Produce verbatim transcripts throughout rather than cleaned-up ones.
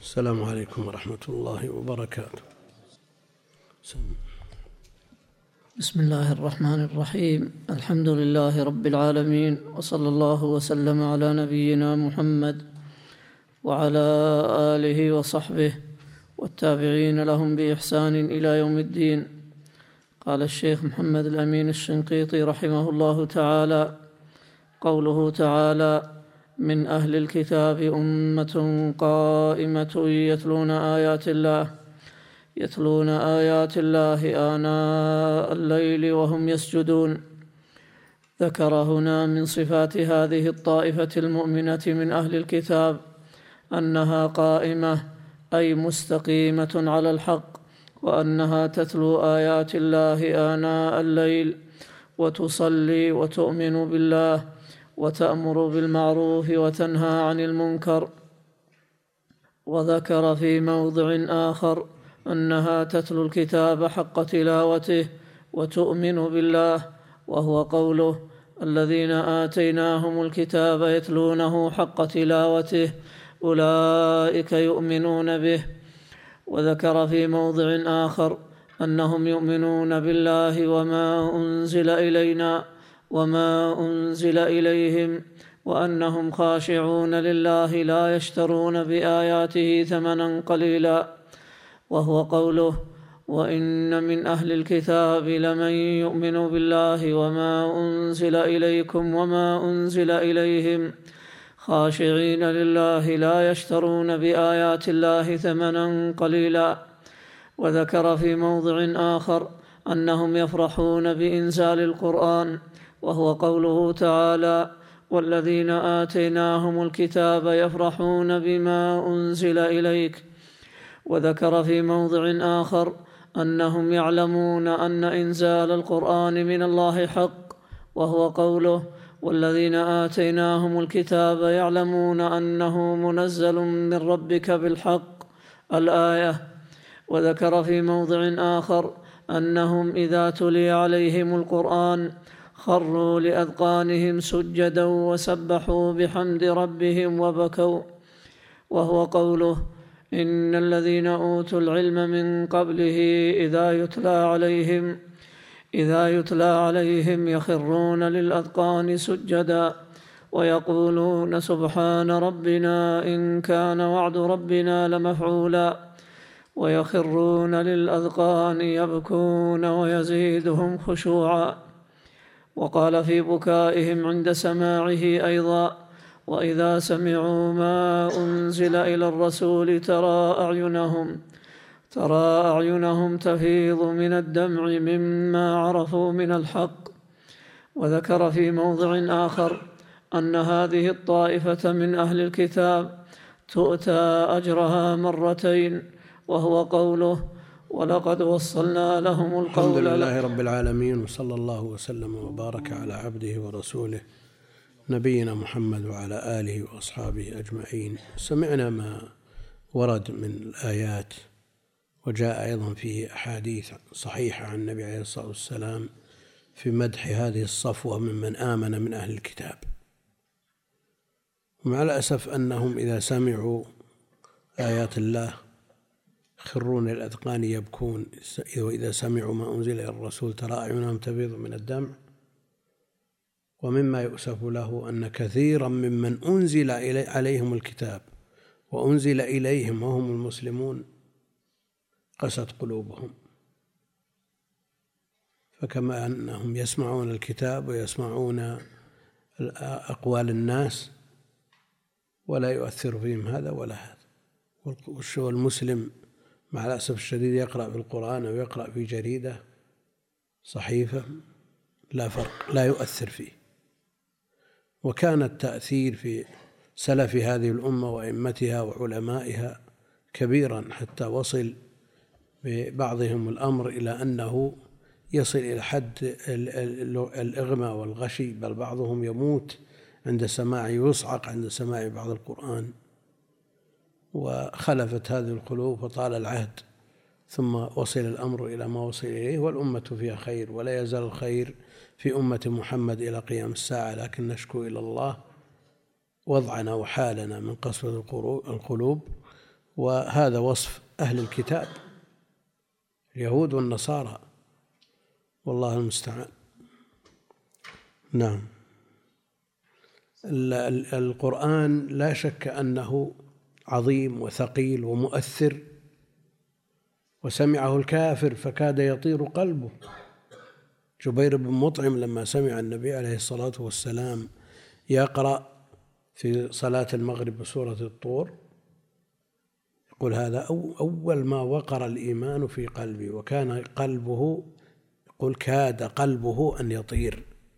السلام عليكم ورحمة الله وبركاته. بسم الله الرحمن الرحيم. الحمد لله رب العالمين، وصلى الله وسلم على نبينا محمد وعلى آله وصحبه والتابعين لهم بإحسان إلى يوم الدين. قال الشيخ محمد الأمين الشنقيطي رحمه الله تعالى: قوله تعالى: من أهل الكتاب أمة قائمة يتلون آيات الله يتلون آيات الله آناء الليل وهم يسجدون. ذكر هنا من صفات هذه الطائفة المؤمنة من أهل الكتاب أنها قائمة، أي مستقيمة على الحق، وأنها تتلو آيات الله آناء الليل، وتصلي وتؤمن بالله، وتأمر بالمعروف وتنهى عن المنكر. وذكر في موضع آخر أنها تتلو الكتاب حق تلاوته وتؤمن بالله، وهو قوله: الذين آتيناهم الكتاب يتلونه حق تلاوته أولئك يؤمنون به. وذكر في موضع آخر أنهم يؤمنون بالله وما أنزل إلينا وما أنزل إليهم، وأنهم خاشعون لله لا يشترون بآياته ثمنا قليلا، وهو قوله: وإن من أهل الكتاب لمن يؤمن بالله وما أنزل إليكم وما أنزل إليهم خاشعين لله لا يشترون بآيات الله ثمنا قليلا. وذكر في موضع آخر أنهم يفرحون بإنزال القرآن، وهو قوله تعالى: والذين آتيناهم الكتاب يفرحون بما أنزل إليك. وذكر في موضع آخر أنهم يعلمون أن إنزال القرآن من الله حق، وهو قوله: والذين آتيناهم الكتاب يعلمون أنه منزل من ربك بالحق، الآية. وذكر في موضع آخر أنهم إذا تلي عليهم القرآن خروا لأذقانهم سجدا وسبحوا بحمد ربهم وبكوا، وهو قوله: إن الذين أوتوا العلم من قبله إذا يتلى عليهم إذا يتلى عليهم يخرون للأذقان سجدا ويقولون سبحان ربنا إن كان وعد ربنا لمفعولا، ويخرون للأذقان يبكون ويزيدهم خشوعا. وقال في بكائهم عند سماعه أيضا: وإذا سمعوا ما أنزل إلى الرسول ترى أعينهم ترى أعينهم تفيض من الدمع مما عرفوا من الحق. وذكر في موضع آخر أن هذه الطائفة من أهل الكتاب تؤتى أجرها مرتين، وهو قوله: ولقد وصلنا لهم القول. الحمد لله رب العالمين، وصلى الله وسلم وبارك على عبده ورسوله نبينا محمد وعلى آله وأصحابه أجمعين. سمعنا ما ورد من الآيات، وجاء أيضا فيه أحاديث صحيحة عن النبي عليه الصلاة والسلام في مدح هذه الصفوة ممن آمن من أهل الكتاب. ومع الأسف أنهم إذا سمعوا آيات الله خرون الأذقان يبكون، وإذا سمعوا ما أنزل إلى الرسول ترى أعينهم تفيض من الدمع. ومما يؤسف له أن كثيرا ممن أنزل عليهم الكتاب وأنزل إليهم وهم المسلمون قست قلوبهم، فكما أنهم يسمعون الكتاب ويسمعون أقوال الناس ولا يؤثر فيهم هذا ولا هذا. والمسلم مع الأسف الشديد يقرأ في القرآن أو يقرأ في جريدة صحيفة لا فرق، لا يؤثر فيه. وكان التأثير في سلف هذه الأمة وأئمتها وعلمائها كبيرا، حتى وصل ببعضهم الأمر إلى أنه يصل إلى حد الإغماء والغشي، بل بعضهم يموت عند سماع يصعق عند سماع بعض القرآن. وخلفت هذه القلوب وطال العهد، ثم وصل الأمر إلى ما وصل إليه، والأمة فيها خير، ولا يزال الخير في أمة محمد إلى قيام الساعة. لكن نشكو إلى الله وضعنا وحالنا من قسوة القلوب، وهذا وصف أهل الكتاب اليهود والنصارى، والله المستعان. نعم. القرآن لا شك أنه عظيم وثقيل ومؤثر، وسمعه الكافر فكاد يطير قلبه. جبير بن مطعم لما سمع النبي عليه الصلاة والسلام يقرأ في صلاة المغرب بسورة الطور يقول هذا أول ما وقر الإيمان في قلبي، وكان قلبه يقول كاد قلبه أن يطير.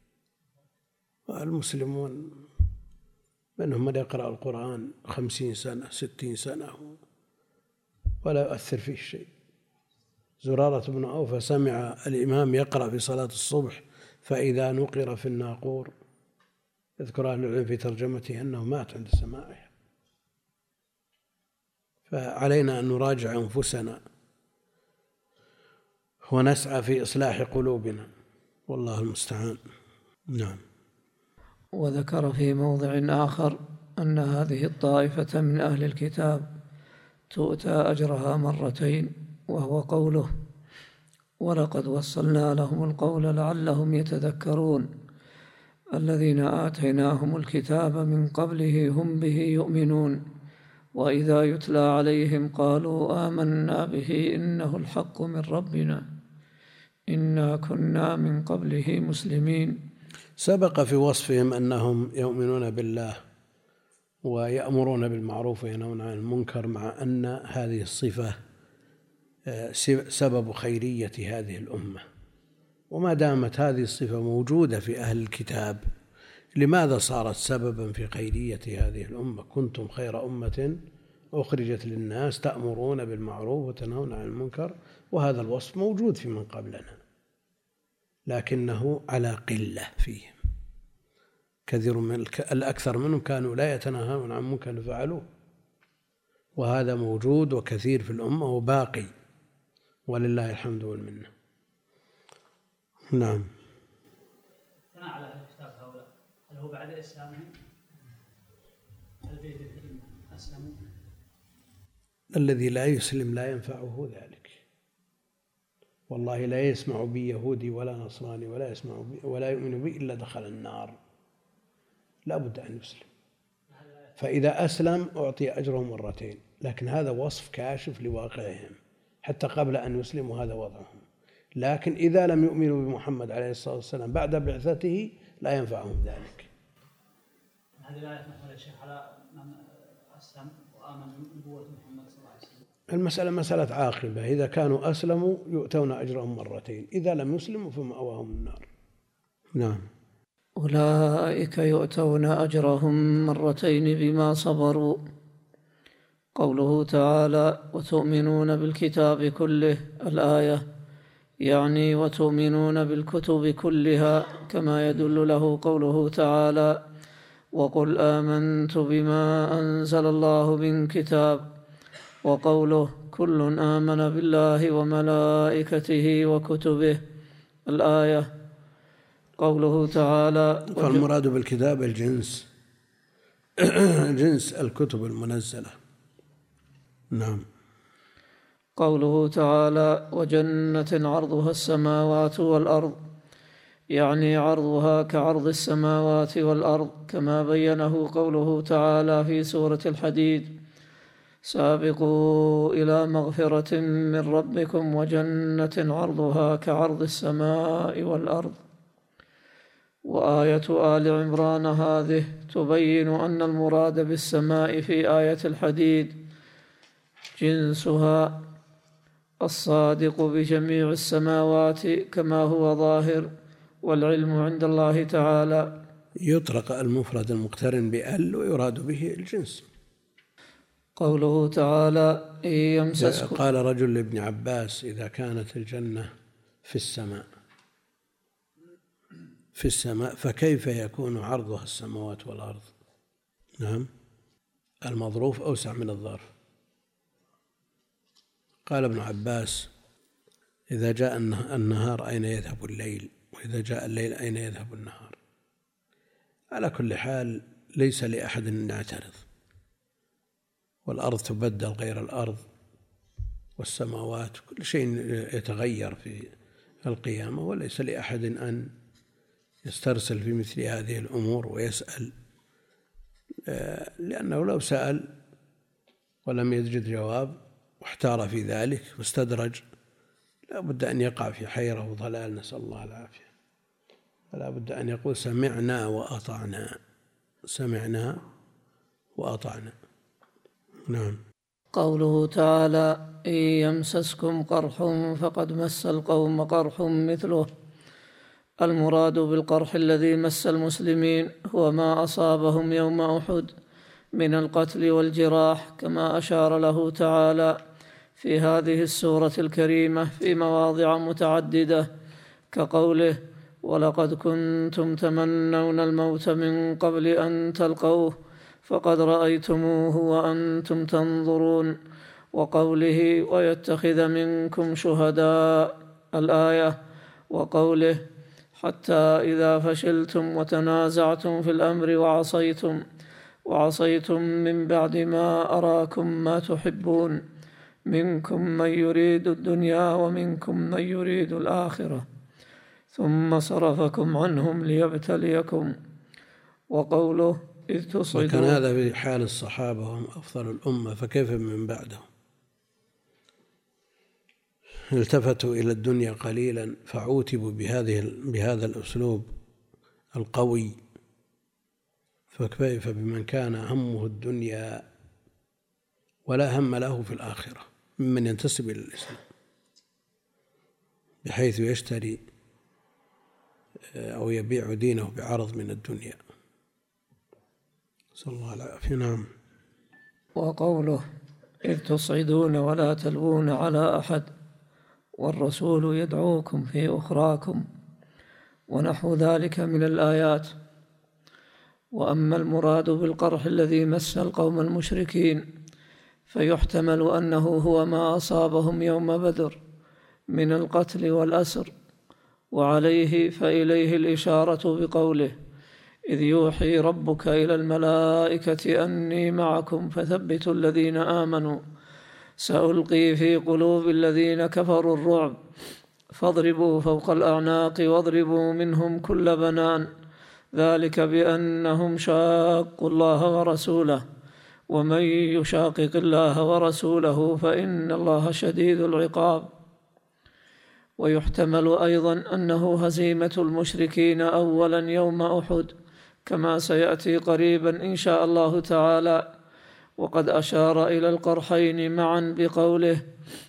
والمسلمون منهم من يقرأ القرآن خمسين سنة ستين سنة ولا يؤثر فيه شيء. زرارة بن أوفى سمع الإمام يقرأ في صلاة الصبح فإذا نقر في الناقور، يذكر أهل العلم في ترجمته أنه مات عند سماعه. فعلينا أن نراجع أنفسنا ونسعى في إصلاح قلوبنا، والله المستعان. نعم. وذكر في موضع آخر أن هذه الطائفة من أهل الكتاب تؤتى أجرها مرتين، وهو قوله ولقد وصلنا لهم القول لعلهم يتذكرون الذين آتيناهم الكتاب من قبله هم به يؤمنون وإذا يتلى عليهم قالوا آمنا به إنه الحق من ربنا إنا كنا من قبله مسلمين. سبق في وصفهم أنهم يؤمنون بالله ويأمرون بالمعروف وينهون عن المنكر، مع أن هذه الصفة سبب خيرية هذه الأمة. وما دامت هذه الصفة موجودة في أهل الكتاب، لماذا صارت سببا في خيرية هذه الأمة؟ كنتم خير أمة أخرجت للناس تأمرون بالمعروف وتنهون عن المنكر، وهذا الوصف موجود في من قبلنا لكنه على قلة فيهم. كثير من الأكثر منهم كانوا لا يتناهون عن منكر فعلوه، وهذا موجود وكثير في الأمة وباقي، ولله الحمد والمنة. نعم. ثناء على الكتاب هؤلاء، هل هو بعد إسلامهم؟ هل بيدهم أسلموا؟ الذي لا يسلم لا ينفعه ذلك. والله لا يسمع بي يهودي ولا نصراني ولا يسمع بي ولا يؤمن بي إلا دخل النار، لا بد أن يسلم. فإذا أسلم أعطي أجره مرتين، لكن هذا وصف كاشف لواقعهم حتى قبل أن يسلموا، هذا وضعهم. لكن إذا لم يؤمنوا بمحمد عليه الصلاة والسلام بعد بعثته لا ينفعهم ذلك. هذه الآية تنقل يا شيخ على من أسلم وآمن بنبوة محمد صلى الله عليه وسلم. المسألة مسألة عاقبة، إذا كانوا أسلموا يؤتون أجرهم مرتين، إذا لم يسلموا فمأواهم النار. نعم. أولئك يؤتون أجرهم مرتين بما صبروا. قوله تعالى وتؤمنون بالكتاب كله، الآية يعني وتؤمنون بالكتب كلها، كما يدل له قوله تعالى وقل آمنت بما أنزل الله من كتاب، وقوله كل آمن بالله وملائكته وكتبه، الآية. قوله تعالى فالمراد بالكتاب الجنس جنس الكتب المنزلة. نعم. قوله تعالى وجنة عرضها السماوات والأرض، يعني عرضها كعرض السماوات والأرض، كما بينه قوله تعالى في سورة الحديد سابقوا إلى مغفرة من ربكم وجنة عرضها كعرض السماء والأرض. وآية آل عمران هذه تبين أن المراد بالسماء في آية الحديد جنسها الصادق بجميع السماوات كما هو ظاهر، والعلم عند الله تعالى. يطلق المفرد المقترن بأل ويراد به الجنس. قوله تعالى إن يمسسكم، قال رجل لابن عباس إذا كانت الجنة في السماء في السماء فكيف يكون عرضها السماوات والأرض؟ نعم، المظروف أوسع من الظرف. قال ابن عباس إذا جاء النهار أين يذهب الليل، وإذا جاء الليل أين يذهب النهار. على كل حال ليس لأحد أن يعترض، والأرض تبدل غير الأرض والسماوات، كل شيء يتغير في القيامة، وليس لأحد أن يسترسل في مثل هذه الأمور ويسأل، لأنه لو سأل ولم يجد جواب واحتار في ذلك واستدرج لا بد أن يقع في حيرة وضلال، نسأل الله العافية. فلا بد أن يقول سمعنا وأطعنا، سمعنا وأطعنا. نعم. قوله تعالى: إن يمسسكم قرح فقد مس القوم قرح مثله. المراد بالقرح الذي مس المسلمين هو ما أصابهم يوم أحد من القتل والجراح، كما أشار له تعالى في هذه السورة الكريمة في مواضع متعددة، كقوله: ولقد كنتم تمنون الموت من قبل أن تلقوه فقد رأيتموه وأنتم تنظرون، وقوله: ويتخذ منكم شهداء الآية، وقوله: حتى إذا فشلتم وتنازعتم في الأمر وعصيتم وعصيتم من بعد ما أراكم ما تحبون منكم من يريد الدنيا ومنكم من يريد الآخرة ثم صرفكم عنهم ليبتليكم. وقوله: إذ تصعدون. وكان هذا في حال الصحابة هم أفضل الأمة، فكيف من بعدهم؟ التفتوا إلى الدنيا قليلا فعوتبوا بهذه بهذا الأسلوب القوي، فكيف بمن كان همه الدنيا ولا هم له في الآخرة ممن ينتسب إلى الإسلام، بحيث يشتري أو يبيع دينه بعرض من الدنيا، صلى الله العافية. نعم. وقوله: إذ تصعدون ولا تلوون على أحد والرسول يدعوكم في أخراكم، ونحو ذلك من الآيات. وأما المراد بالقرح الذي مس القوم المشركين فيحتمل أنه هو ما أصابهم يوم بدر من القتل والأسر، وعليه فإليه الإشارة بقوله: إذ يوحي ربك إلى الملائكة أني معكم فثبتوا الذين آمنوا سألقي في قلوب الذين كفروا الرعب فاضربوا فوق الأعناق واضربوا منهم كل بنان ذلك بأنهم شاقوا الله ورسوله ومن يشاقق الله ورسوله فإن الله شديد العقاب. ويحتمل أيضا أنه هزيمة المشركين أولا يوم أحد، كما سيأتي قريبا إن شاء الله تعالى. وقد أشار إلى القرحين معا بقوله: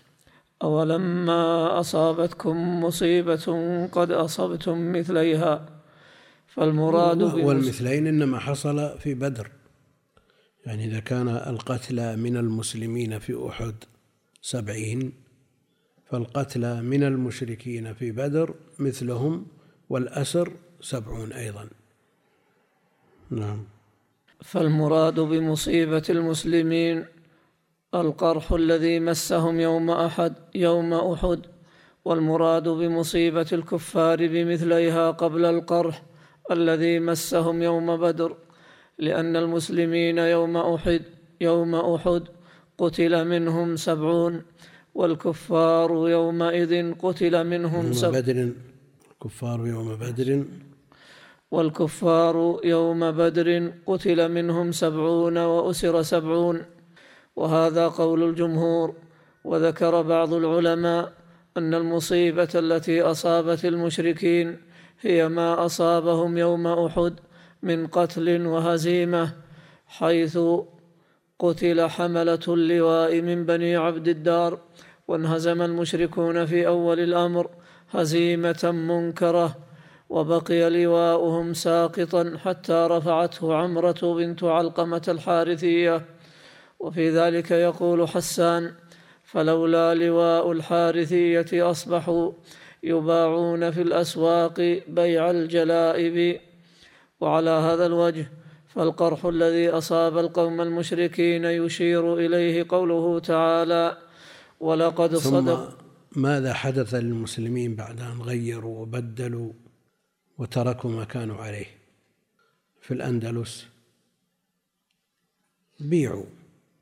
أولما أصابتكم مصيبة قد أصبتم مثليها. فالمراد والمثلين إنما حصل في بدر، يعني إذا كان القتلى من المسلمين في أحد سبعين، فالقتلى من المشركين في بدر مثلهم، والأسر سبعون أيضا. نعم. فالمراد بمصيبة المسلمين القرح الذي مسهم يوم أحد يوم أحد، والمراد بمصيبة الكفار بمثليها قبل القرح الذي مسهم يوم بدر، لأن المسلمين يوم أحد يوم أحد قتل منهم سبعون، والكفار يومئذ قتل منهم سبعون. الكفار يوم بدر والكفار يوم بدر قتل منهم سبعون وأسر سبعون، وهذا قول الجمهور. وذكر بعض العلماء أن المصيبة التي أصابت المشركين هي ما أصابهم يوم أحد من قتل وهزيمة، حيث قتل حملة اللواء من بني عبد الدار، وانهزم المشركون في أول الأمر هزيمة منكرة، وبقي لواؤهم ساقطا حتى رفعته عمرة بنت علقمة الحارثية. وفي ذلك يقول حسان: فلولا لواء الحارثية أصبحوا يباعون في الأسواق بيع الجلائب. وعلى هذا الوجه فالقرح الذي أصاب القوم المشركين يشير إليه قوله تعالى: ولقد صدق. ثم ماذا حدث للمسلمين بعد أن غيروا وبدلوا وتركوا ما كانوا عليه في الأندلس؟ بيعوا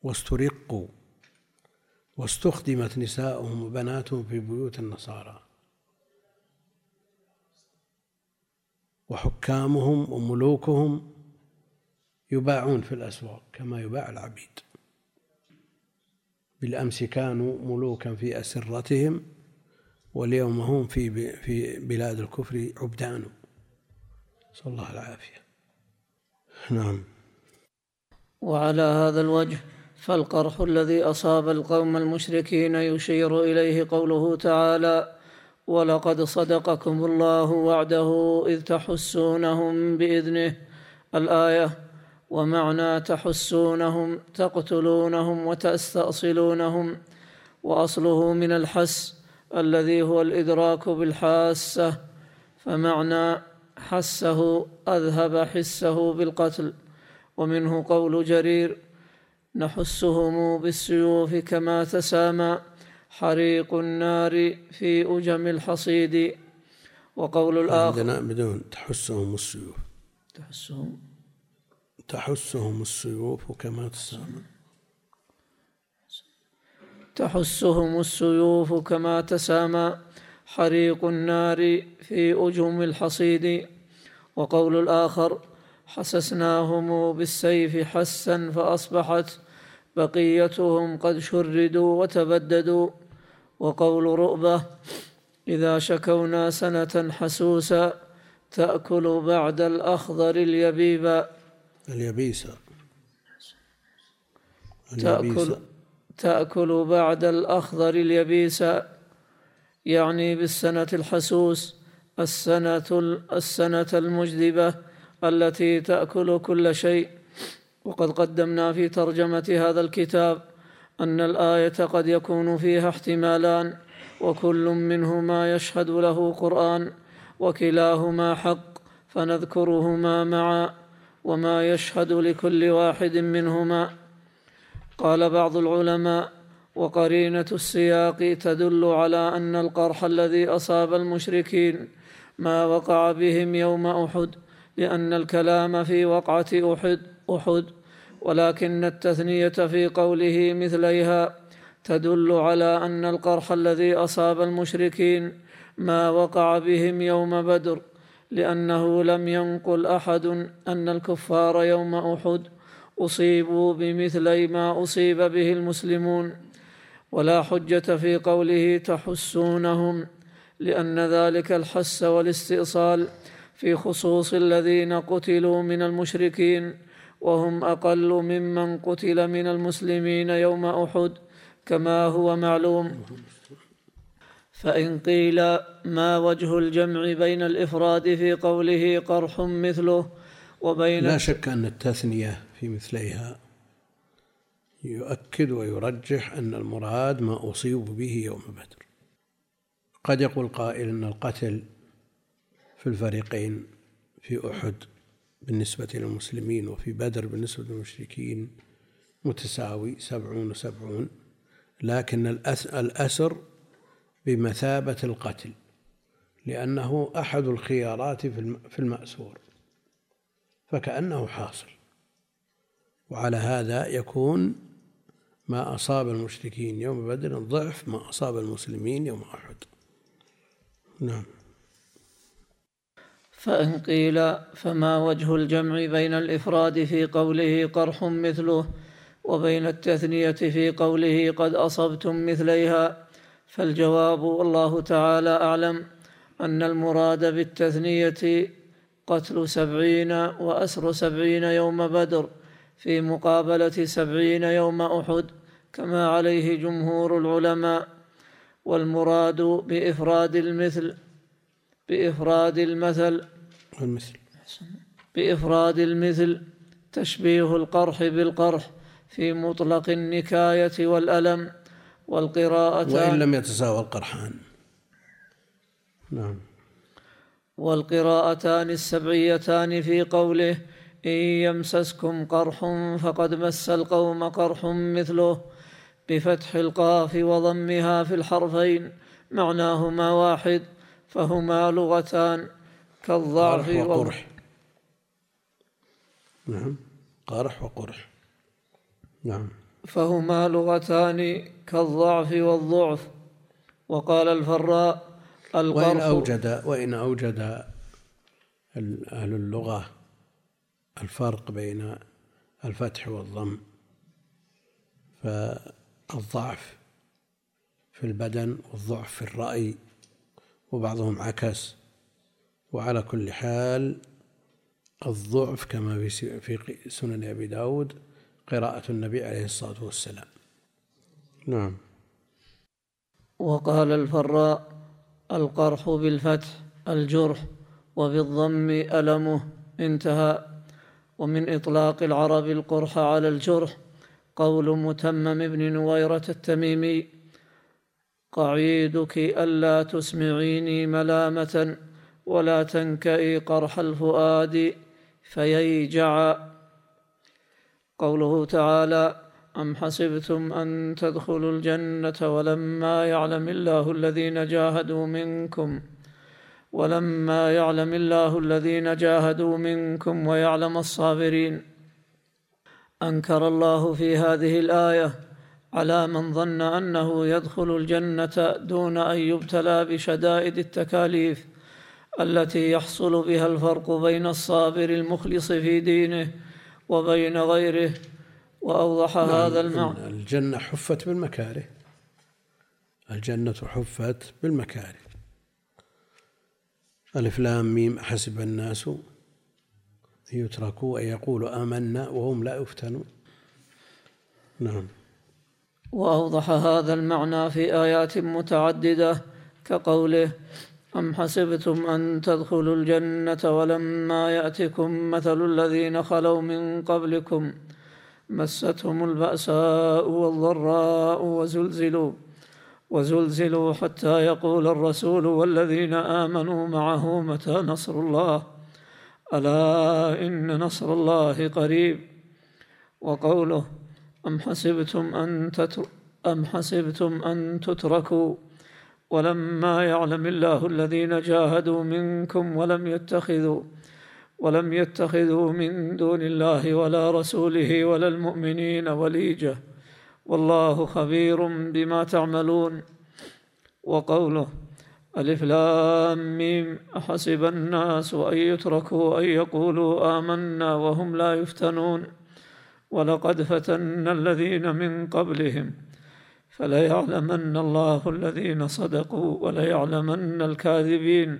واسترقوا واستخدمت نساؤهم وبناتهم في بيوت النصارى، وحكامهم وملوكهم يباعون في الأسواق كما يباع العبيد. بالأمس كانوا ملوكا في أسرتهم، واليوم هم في في بلاد الكفر عبدان، نسأل الله العافية. نعم. وعلى هذا الوجه فالقرح الذي أصاب القوم المشركين يشير إليه قوله تعالى: ولقد صدقكم الله وعده إذ تحسونهم بإذنه، الآية. ومعنى تحسونهم تقتلونهم وتستأصلونهم، وأصله من الحس الذي هو الإدراك بالحاسة، فمعنى حسه أذهب حسه بالقتل. ومنه قول جرير: نحسهم بالسيوف كما تسامى حريق النار في أجم الحصيد. وقول الآخر بدون تحسهم السيوف تحسهم تحسهم السيوف كما تسامى تحسهم السيوف كما تسامى حريق النار في أجم الحصيد. وقول الآخر: حسسناهم بالسيف حسا فأصبحت بقيتهم قد شردوا وتبددوا. وقول رؤبة: إذا شكونا سنة حسوسا تأكل بعد الأخضر اليبيب اليبيسة تأكل, تأكل بعد الأخضر اليبيس، يعني بالسنة الحسوس السنة, السنة المجدبة التي تأكل كل شيء. وقد قدمنا في ترجمة هذا الكتاب أن الآية قد يكون فيها احتمالان، وكل منهما يشهد له قرآن، وكلاهما حق، فنذكرهما معا وما يشهد لكل واحد منهما. قال بعض العلماء: وقرينة السياق تدل على أن القرح الذي أصاب المشركين ما وقع بهم يوم أحد، لأن الكلام في وقعة أحد أحد ولكن التثنية في قوله مثليها تدل على أن القرح الذي أصاب المشركين ما وقع بهم يوم بدر، لأنه لم ينقل أحد أن الكفار يوم أحد أصيبوا بمثل ما أصيب به المسلمون. ولا حجة في قوله تحسونهم، لأن ذلك الحس والاستئصال في خصوص الذين قتلوا من المشركين، وهم أقل ممن قتل من المسلمين يوم أحد كما هو معلوم. فإن قيل ما وجه الجمع بين الإفراد في قوله قرح مثله وبين لا شك أن التثنية في مثليها يؤكد ويرجح أن المراد ما أصيب به يوم بدر. قد يقول قائل أن القتل في الفريقين في أحد بالنسبة للمسلمين وفي بدر بالنسبة للمشركين متساوي، سبعون وسبعون، لكن الأسر بمثابة القتل، لأنه أحد الخيارات في المأسور، فكأنه حاصل. وعلى هذا يكون ما أصاب المشركين يوم بدر ضعف ما أصاب المسلمين يوم أحد. نعم. فإن قيل فما وجه الجمع بين الإفراد في قوله قرح مثله وبين التثنية في قوله قد أصبتم مثليها؟ فالجواب والله تعالى أعلم أن المراد بالتثنية قتل سبعين وأسر سبعين يوم بدر في مقابلة سبعين يوم أحد كما عليه جمهور العلماء. والمراد بإفراد المثل بإفراد المثل المثل بإفراد المثل تشبيه القرح بالقرح في مطلق النكاية والألم. والقراءتان وإن لم يتساوى القرحان. نعم. والقراءتان السبعيتان في قوله إن يمسسكم قرح فقد مس القوم قرح مثله بفتح القاف وضمها في الحرفين معناهما واحد، فهما لغتان كالضعف وقرح. نعم، قرح وقرح. نعم. فهما لغتان كالضعف والضعف. وقال الفراء القرح. وإن أوجد وإن أوجد أهل اللغة الفرق بين الفتح والضم، فالضعف في البدن والضعف في الرأي، وبعضهم عكس. وعلى كل حال الضعف كما في سنن أبي داود قراءة النبي عليه الصلاة والسلام. نعم. وقال الفراء القرح بالفتح الجرح، وبالضم ألمه. انتهى. ومن إطلاق العرب القرح على الجرح قول متمم بن نويرة التميمي: قعيدك ألا تسمعيني ملامة ولا تنكئي قرح الفؤاد فييجع. قوله تعالى: أم حسبتم أن تدخلوا الجنة ولما يعلم الله الذين جاهدوا منكم ولما يعلم الله الذين جاهدوا منكم ويعلم الصابرين. أنكر الله في هذه الآية على من ظن أنه يدخل الجنة دون أن يبتلى بشدائد التكاليف التي يحصل بها الفرق بين الصابر المخلص في دينه وبين غيره. وأوضح نعم هذا المعنى. الجنة حفت بالمكاره، الجنة حفت بالمكاره. ألف لام ميم أحسب الناس أن يتركوا أن يقولوا آمنا وهم لا يفتنون. نعم. وأوضح هذا المعنى في آيات متعددة كقوله: أم حسبتم أن تدخلوا الجنة ولما يأتكم مثل الذين خلوا من قبلكم مستهم البأساء والضراء وزلزلوا وزلزلوا حتى يقول الرسول والذين آمنوا معه متى نصر الله ألا إن نصر الله قريب. وقوله: أم حسبتم أن تتر... أم حسبتم أن تتركوا ولما يعلم الله الذين جاهدوا منكم ولم يتخذوا ولم يتخذوا من دون الله ولا رسوله ولا المؤمنين وليجة والله خبير بما تعملون. وقوله: ألف لام ميم أحسب الناس أن يتركوا أن يقولوا آمنا وهم لا يفتنون ولقد فتنا الذين من قبلهم فليعلمن الله الذين صدقوا وليعلمن الكاذبين.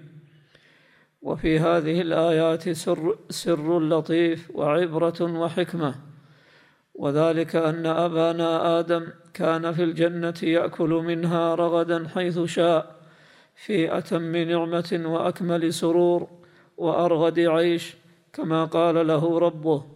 وفي هذه الآيات سر, سر لطيف وعبرة وحكمة، وذلك أن أبانا آدم كان في الجنة يأكل منها رغدا حيث شاء في أتم نعمة وأكمل سرور وأرغد عيش، كما قال له ربه: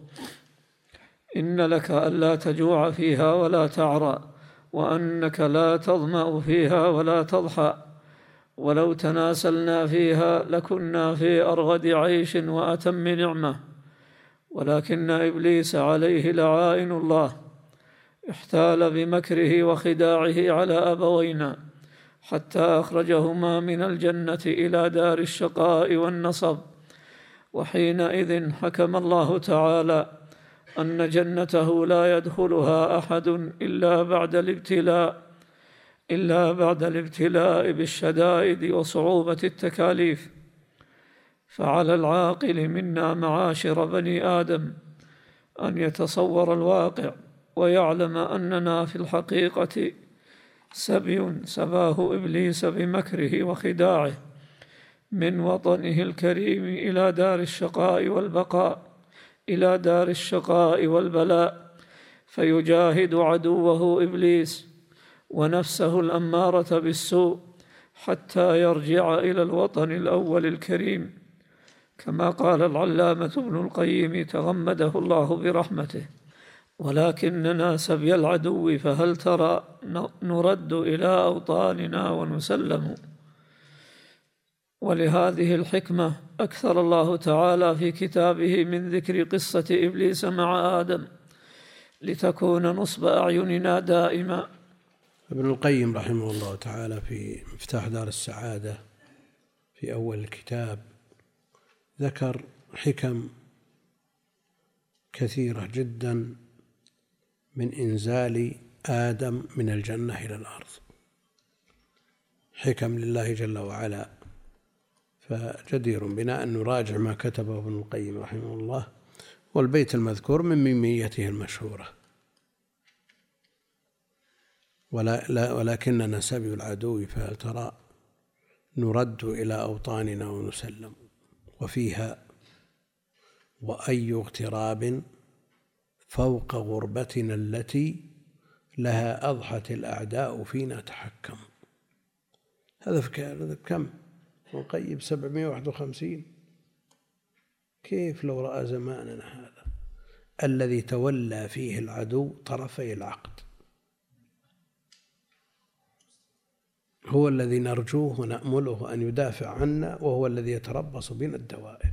إن لك ألا تجوع فيها ولا تعرى وأنك لا تظمأ فيها ولا تضحى ولو تناسلنا فيها لكنا في أرغد عيش وأتم نعمة. ولكن إبليس عليه لعائن الله احتال بمكره وخداعه على أبوينا حتى أخرجهما من الجنة إلى دار الشقاء والنصب. وحينئذ حكم الله تعالى أن جنته لا يدخلها أحد إلا بعد الابتلاء إلا بعد الابتلاء بالشدائد وصعوبة التكاليف. فعلى العاقل منا معاشر بني آدم أن يتصور الواقع ويعلم أننا في الحقيقة سبي سباه إبليس بمكره وخداعه من وطنه الكريم إلى دار الشقاء والبقاء إلى دار الشقاء والبلاء، فيجاهد عدوه إبليس ونفسه الأمارة بالسوء حتى يرجع إلى الوطن الأول الكريم، كما قال العلامة ابن القيم تغمده الله برحمته: ولكننا سبي العدو فهل ترى نرد إلى أوطاننا ونسلم. ولهذه الحكمة أكثر الله تعالى في كتابه من ذكر قصة إبليس مع آدم لتكون نصب أعيننا دائما. ابن القيم رحمه الله تعالى في مفتاح دار السعادة في أول الكتاب ذكر حكم كثيرة جدا من إنزال آدم من الجنة إلى الأرض، حكم لله جل وعلا. فجدير بنا أن نراجع ما كتبه ابن القيم رحمه الله، والبيت المذكور من ميميته المشهورة. ولا ولكننا سبي العدو فهل ترى نرد إلى أوطاننا ونسلم، وفيها وأي اغتراب فوق غربتنا التي لها أضحت الأعداء فينا تحكم. هذا في كم؟ القيم سبعمائة وواحد وخمسين. كيف لو رأى زماننا هذا الذي تولى فيه العدو طرفي العقد، هو الذي نرجوه ونأمله أن يدافع عنا، وهو الذي يتربص بنا الدوائر.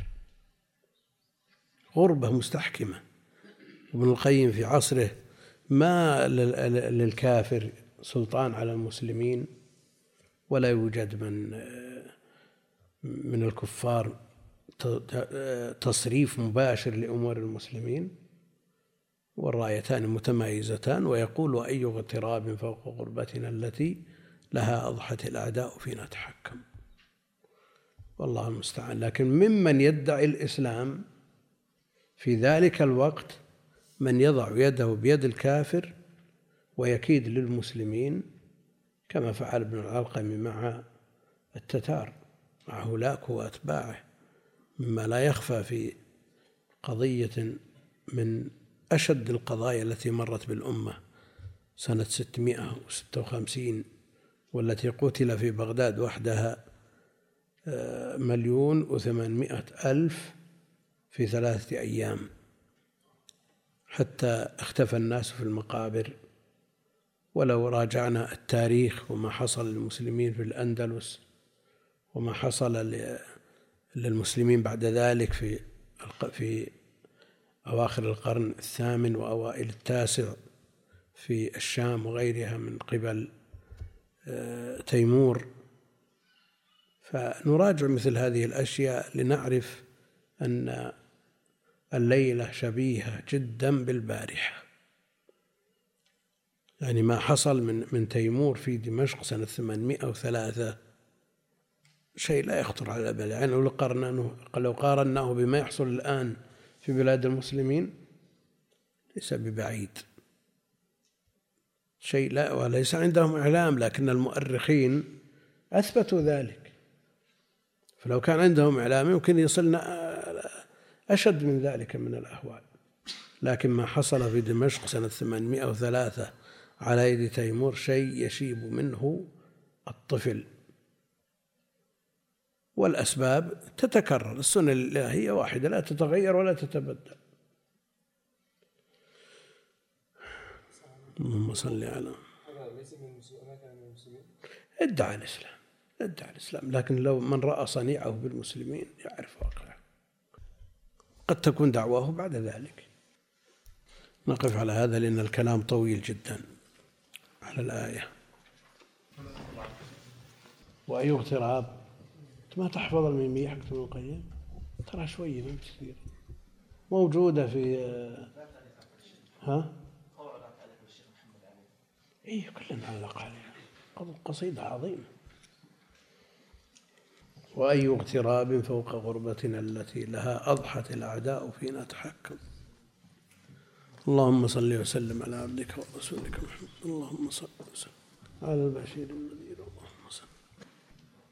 غربة مستحكمة. ابن القيم في عصره ما للكافر سلطان على المسلمين، ولا يوجد من من الكفار تصريف مباشر لأمور المسلمين، والرايتان متمايزتان. ويقول وأي اغتراب فوق غربتنا التي لها أضحت الأعداء فينا تحكم. والله المستعان. لكن ممن يدعي الإسلام في ذلك الوقت من يضع يده بيد الكافر ويكيد للمسلمين، كما فعل ابن العلقم مع التتار، مع هولاكو وأتباعه، مما لا يخفى في قضية من أشد القضايا التي مرت بالأمة سنة ستمائة وستة وخمسين، والتي قتل في بغداد وحدها مليون وثمانمائة ألف في ثلاثة أيام، حتى اختفى الناس في المقابر. ولو راجعنا التاريخ وما حصل للمسلمين في الأندلس وما حصل للمسلمين بعد ذلك في في أواخر القرن الثامن وأوائل التاسع في الشام وغيرها من قبل تيمور، فنراجع مثل هذه الأشياء لنعرف أن الليلة شبيهة جدا بالبارحة. يعني ما حصل من من تيمور في دمشق سنة ثمانمائة وثلاثة شيء لا يخطر على بال. يعني لو قارناه لو قارناه بما يحصل الآن في بلاد المسلمين ليس ببعيد شيء، لا وليس عندهم إعلام، لكن المؤرخين أثبتوا ذلك. فلو كان عندهم إعلام يمكن يصلنا أشد من ذلك من الأهوال. لكن ما حصل في دمشق سنة ثمانمائة وثلاثة على يد تيمور شيء يشيب منه الطفل. والأسباب تتكرر، السنة الإلهية واحدة لا تتغير ولا تتبدل. اللهم صل على ادعى الإسلام ادعى الإسلام لكن لو من رأى صنيعه بالمسلمين يعرف واقعه، قد تكون دعواه بعد ذلك. نقف على هذا لأن الكلام طويل جدا على الآية. وأي اغتراب، ما تحفظ الميمية حق ابن القيم؟ ترى شوية ما كثير موجودة في ها إيه كلنا علق عليها، قصيدة عظيمة. وأي اغتراب فوق غربتنا التي لها أضحت الأعداء فينا تحكم. اللهم صل وسلم على عبدك ورسولك محمد. اللهم صل وسلم على البشير النذير